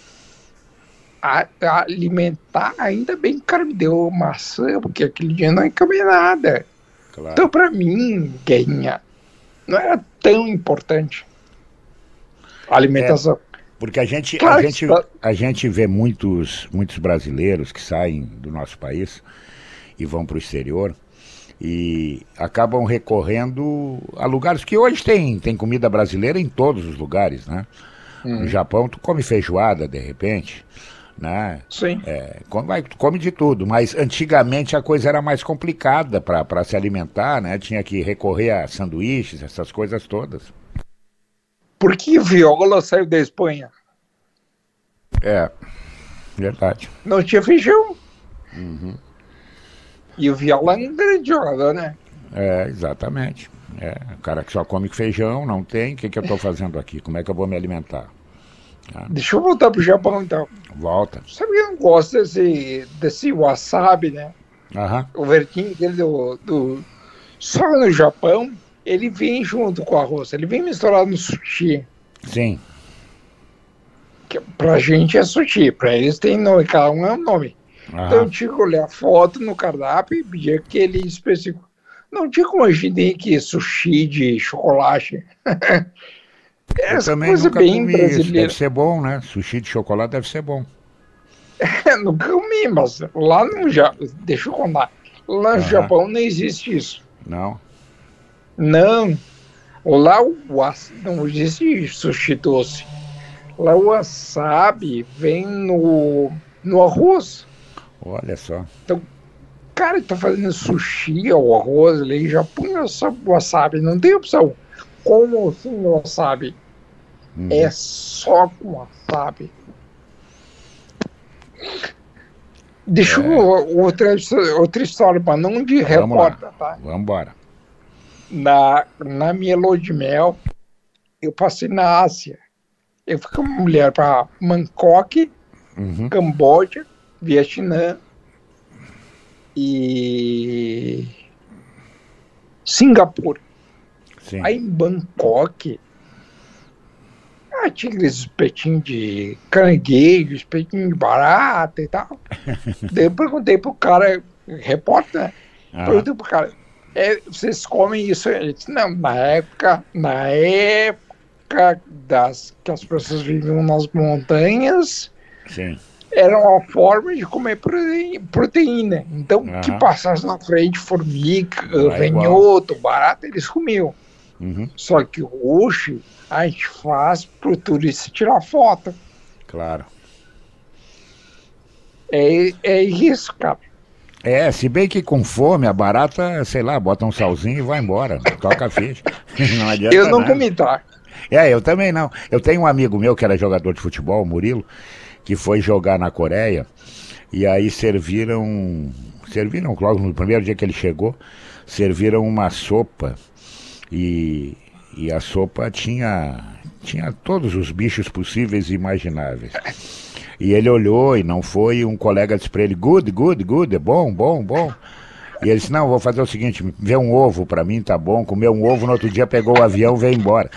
A alimentar, ainda bem que o cara me deu maçã, porque aquele dia não ia comer nada. Claro. Então, para mim, Guerrinha, não era tão importante a alimentação. Porque a gente, Claro a gente vê muitos brasileiros que saem do nosso país e vão para o exterior e acabam recorrendo a lugares que hoje tem comida brasileira em todos os lugares, né? No Japão tu come feijoada de repente, né? Sim. Come de tudo, mas antigamente a coisa era mais complicada para se alimentar, né? Tinha que recorrer a sanduíches, essas coisas todas. Por que viola saiu da Espanha? É, verdade. Não tinha feijão. E o Viola é um grande jogador, né? Exatamente. O cara que só come feijão, não tem, o que eu estou fazendo aqui? Como é que eu vou me alimentar? Deixa eu voltar pro Japão, então. Volta. Sabe que eu não gosto desse wasabi, né? O verdinho dele Só no Japão, ele vem junto com o arroz. Ele vem misturado no sushi. Sim. Que pra gente é sushi. Pra eles tem nome. Cada um é um nome. Então eu tinha que olhar a foto no cardápio e pedir aquele específico. Não tinha como a gente que sushi de chocolate. Eu também nunca comi isso. Deve ser bom, né? Sushi de chocolate deve ser bom. Nunca comi, mas lá no Japão, deixa eu contar, lá no Japão não existe isso. Não? Não. Lá não existe sushi doce. Lá o wasabi vem no arroz. Olha só. Então, cara que tá fazendo sushi ou arroz, ele já põe o wasabi, não tem opção. Como assim o wasabi? É só com wasabi. Deixa eu outra história, mas não de repórter, tá? Vamos embora. Na minha lua de mel, eu passei na Ásia. Eu fui com uma mulher para Bangkok, Camboja, Vietnã e Singapura. Sim. Aí em Bangkok, tinha aqueles espetinhos de caranguejo, espetinho de barata e tal. Daí eu perguntei pro cara, repórter, né? Perguntei pro cara, vocês comem isso? Ele disse, não, na época que as pessoas viviam nas montanhas, sim, era uma forma de comer proteína. Então, que passasse na frente formiga, ranhoto, barata, eles comiam. Só que hoje a gente faz pro turista tirar foto. Claro. É isso, cara. Se bem que com fome, a barata, sei lá, bota um salzinho e vai embora. Toca a ficha. Não adianta eu não nada. comi, tá? Eu também não. Eu tenho um amigo meu que era jogador de futebol, o Murilo, que foi jogar na Coreia, e aí serviram logo no primeiro dia que ele chegou, serviram uma sopa, e a sopa tinha todos os bichos possíveis e imagináveis. E ele olhou e não foi, um colega disse pra ele, good, é bom. E ele disse, não, vou fazer o seguinte, vê um ovo pra mim, tá bom, comeu um ovo, no outro dia pegou o avião e veio embora.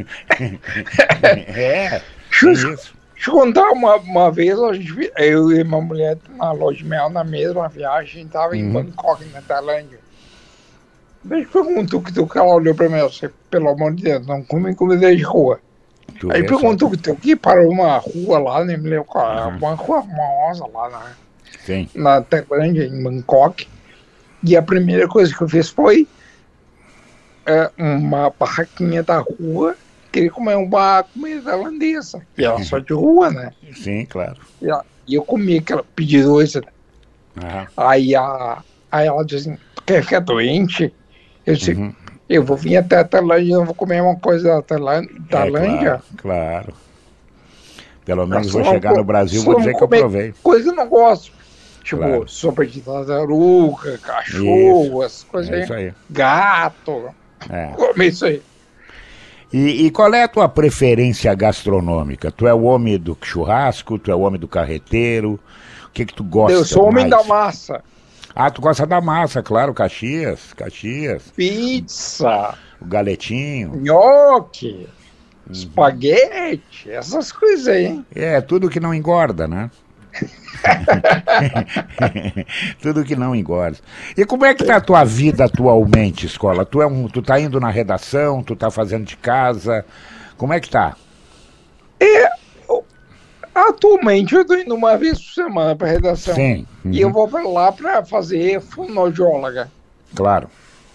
Isso. Deixa eu contar uma vez, eu e uma mulher na loja de mel na mesma viagem, a gente tava em Bangkok, na Tailândia. Daí perguntou que ela olhou pra mim, você, pelo amor de Deus, não come comida de rua. Aí perguntou que parou uma rua lá, né? Me lembro, uma rua famosa lá na Tailândia, em Bangkok. E a primeira coisa que eu fiz foi uma barraquinha da rua, queria comer uma comida tailandesa, que era só de rua, né? Sim, claro. E eu comi aquela, pedi dois. Aí ela disse assim, tu quer ficar doente? Eu disse, eu vou vir até a Tailândia, eu vou comer uma coisa da Tailândia. Claro. Pelo menos vou chegar no Brasil, vou dizer que eu provei. Coisa eu não gosto. Tipo, Claro. sopa de tartaruga, cachorro, essas coisas É isso aí. aí. Gato. É. Come isso aí. E qual é a tua preferência gastronômica? Tu é o homem do churrasco? Tu é o homem do carreteiro? O que tu gosta Eu sou homem mais? da massa. Ah, tu gosta da massa, claro, Caxias, Pizza, o galetinho. nhoque, espaguete, essas coisas aí, hein? É, tudo que não engorda, né? Tudo que não engorda. E como é que tá a tua vida atualmente, escola? Tu tá indo na redação, tu tá fazendo de casa? Como é que tá? Atualmente eu tô indo uma vez por semana pra redação. Sim. E eu vou pra lá pra fazer fonoaudióloga. Claro.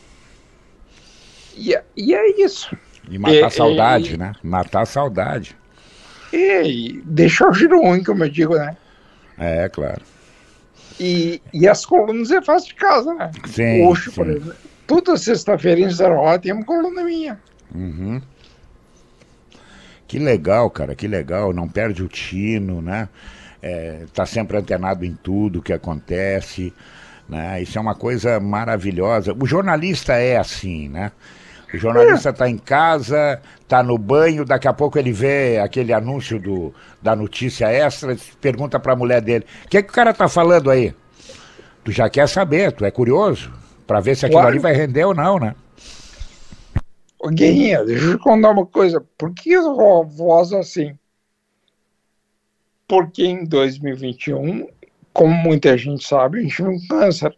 E é isso. E matar a saudade, né? Matar a saudade. E deixar o giro ruim, como eu digo, né? É, claro. E as colunas eu faço de casa, né? Sim, Hoje, por sim. exemplo, toda sexta-feira em Zero tem uma coluna minha. Que legal, cara, que legal. Não perde o tino, né? Tá sempre antenado em tudo que acontece, né? Isso é uma coisa maravilhosa. O jornalista é assim, né? O jornalista tá em casa, tá no banho, daqui a pouco ele vê aquele anúncio da notícia extra, pergunta pra mulher dele, o que o cara tá falando aí? Tu já quer saber, tu é curioso, pra ver se aquilo Claro. ali vai render ou não, né? Ô, Guerrinha, deixa eu te contar uma coisa. Por que eu tô com a voz assim? Porque em 2021, como muita gente sabe, a gente tive um câncer.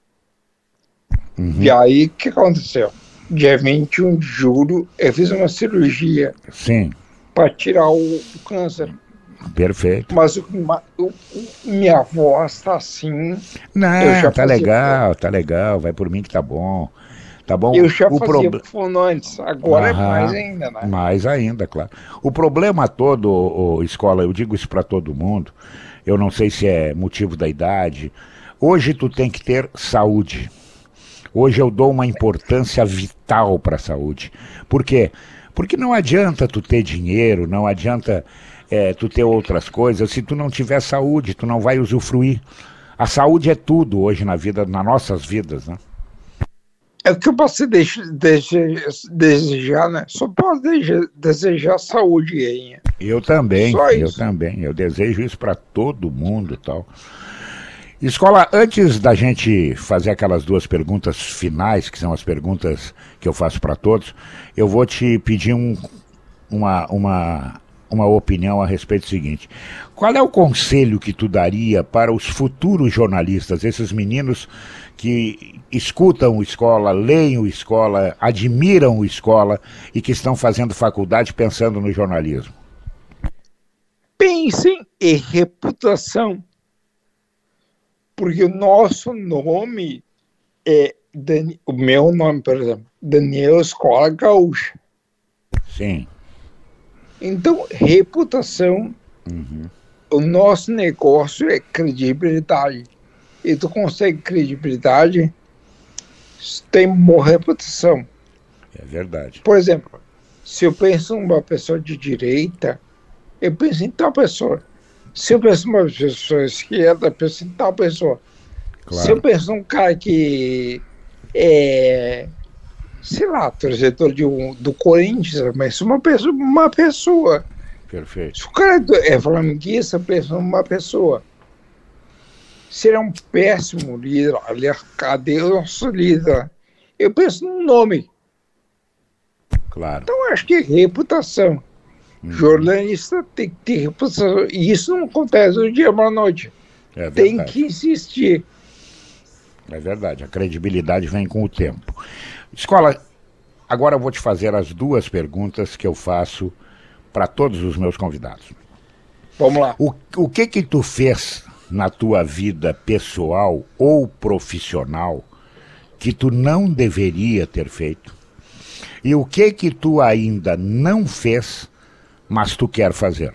E aí, o que aconteceu? Dia 21 de julho, eu fiz uma cirurgia Sim, para tirar o câncer. perfeito. Mas minha voz tá assim. Eu Não, já tá legal, vai por mim que tá bom. Tá bom? Eu já fazia problema fono antes, agora é mais ainda, né? Mais ainda, claro. O problema todo, escola, eu digo isso pra todo mundo, eu não sei se é motivo da idade, hoje tu tem que ter saúde. Hoje eu dou uma importância vital para a saúde. Por quê? Porque não adianta tu ter dinheiro, não adianta tu ter outras coisas, se tu não tiver saúde, tu não vai usufruir. A saúde é tudo hoje na vida, nas nossas vidas, né? É o que eu posso desejar, né? Só posso desejar saúde, Guerrinha. Eu também, Só eu isso. também. Eu desejo isso para todo mundo e tal. Escola, antes da gente fazer aquelas duas perguntas finais, que são as perguntas que eu faço para todos, eu vou te pedir uma opinião a respeito do seguinte. Qual é o conselho que tu daria para os futuros jornalistas, esses meninos que escutam o Escola, leem o Escola, admiram o Escola e que estão fazendo faculdade pensando no jornalismo? Pensem em reputação. Porque o nosso nome é... O meu nome, por exemplo, Daniel Escola Gaúcha. Sim. Então, reputação, o nosso negócio é credibilidade. E tu consegue credibilidade, tem boa reputação. É verdade. Por exemplo, se eu penso em uma pessoa de direita, eu penso em tal pessoa. Se eu penso em uma pessoa esquerda, eu penso em tal pessoa. Claro. Se eu penso em um cara que é, sei lá, torcedor do Corinthians, mas uma pessoa. Perfeito. Se o cara é flamenguista, eu penso numa pessoa. Se ele é um péssimo líder, aliás, cadê o nosso líder? Eu penso num nome. Claro. Então, eu acho que reputação. Jornalista tem que ter reputação. E isso não acontece do dia para a noite. É Tem verdade. que insistir. É verdade. A credibilidade vem com o tempo. Escola, agora eu vou te fazer as duas perguntas que eu faço para todos os meus convidados. Vamos lá. O que tu fez na tua vida pessoal ou profissional que tu não deveria ter feito? E o que tu ainda não fez, mas tu quer fazer?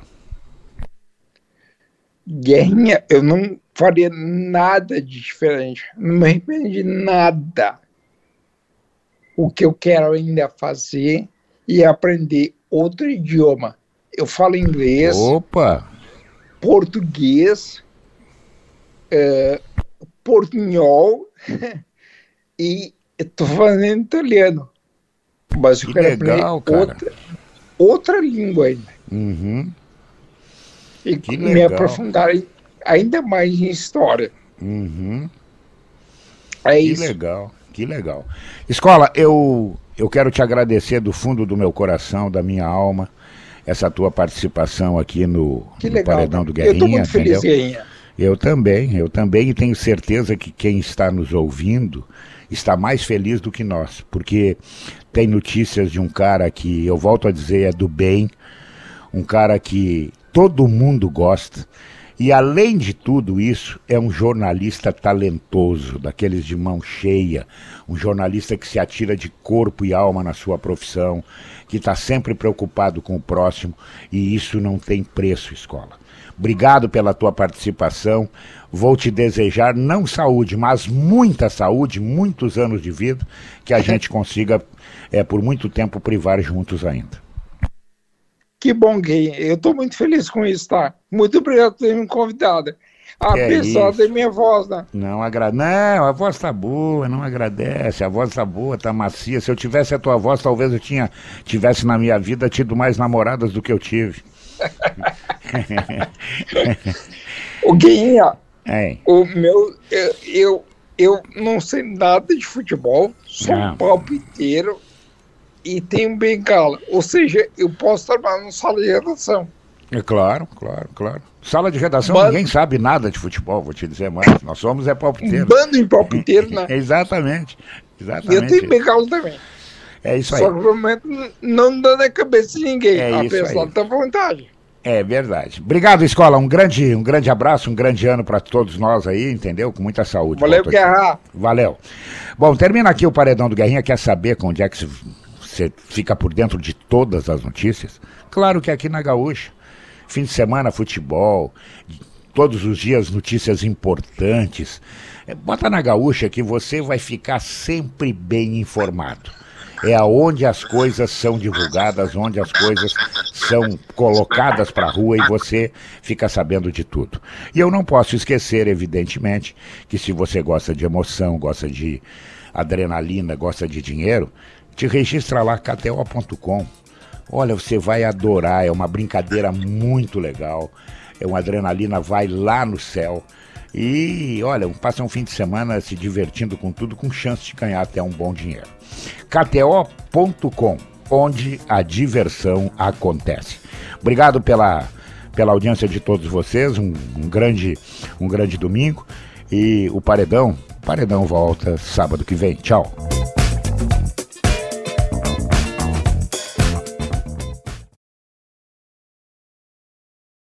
Guerrinha, eu não faria nada de diferente. Não me arrependo de nada. O que eu quero ainda fazer é aprender outro idioma. Eu falo inglês, Opa! português portunhol e estou fazendo italiano. Mas eu quero legal, aprender outra língua ainda. Uhum. E Que me legal. aprofundar ainda mais em história. Uhum. É Que isso. legal, que legal. Escola, eu quero te agradecer do fundo do meu coração, da minha alma, essa tua participação aqui no legal, Paredão do eu Guerrinha, estou muito entendeu? feliz, Guerrinha. Eu também, e tenho certeza que quem está nos ouvindo está mais feliz do que nós, porque tem notícias de um cara que, eu volto a dizer, é do bem, um cara que todo mundo gosta, e além de tudo isso, é um jornalista talentoso, daqueles de mão cheia, um jornalista que se atira de corpo e alma na sua profissão, que está sempre preocupado com o próximo, e isso não tem preço, Escola. Obrigado pela tua participação, vou te desejar não saúde, mas muita saúde, muitos anos de vida, que a gente consiga, por muito tempo, privar juntos ainda. Que bom, Guerrinha. Eu estou muito feliz com isso, tá? Muito obrigado por ter me convidado. Apesar da minha voz, né? Não, a voz tá boa, não agradece, a voz tá boa, tá macia. Se eu tivesse a tua voz, talvez eu tivesse na minha vida tido mais namoradas do que eu tive. O Guerrinha, É. eu não sei nada de futebol, sou um palpiteiro e tenho bengala. Ou seja, eu posso trabalhar numa sala de redação. É claro. Sala de redação, ninguém sabe nada de futebol, vou te dizer mais. Nós somos palpiteiros. Bando de palpiteiro, né? Exatamente. E eu tenho bengala também. É isso aí. Só que provavelmente não dá na cabeça de ninguém, apesar da vantagem. É verdade. Obrigado, Escola. Um grande abraço, um grande ano para todos nós aí, entendeu? Com muita saúde. Valeu, Guerra. Valeu. Bom, termina aqui o Paredão do Guerrinha. Quer saber onde é que você fica por dentro de todas as notícias? Claro que aqui na Gaúcha. Fim de semana, futebol, todos os dias notícias importantes. Bota na Gaúcha que você vai ficar sempre bem informado. É aonde as coisas são divulgadas, onde as coisas são colocadas para a rua e você fica sabendo de tudo. E eu não posso esquecer, evidentemente, que se você gosta de emoção, gosta de adrenalina, gosta de dinheiro, te registra lá, KTO.com. Olha, você vai adorar, é uma brincadeira muito legal, é uma adrenalina, vai lá no céu e, olha, passa um fim de semana se divertindo com tudo, com chance de ganhar até um bom dinheiro. KTO.com, onde a diversão acontece. Obrigado pela audiência de todos vocês, um grande domingo, e o Paredão volta sábado que vem. Tchau.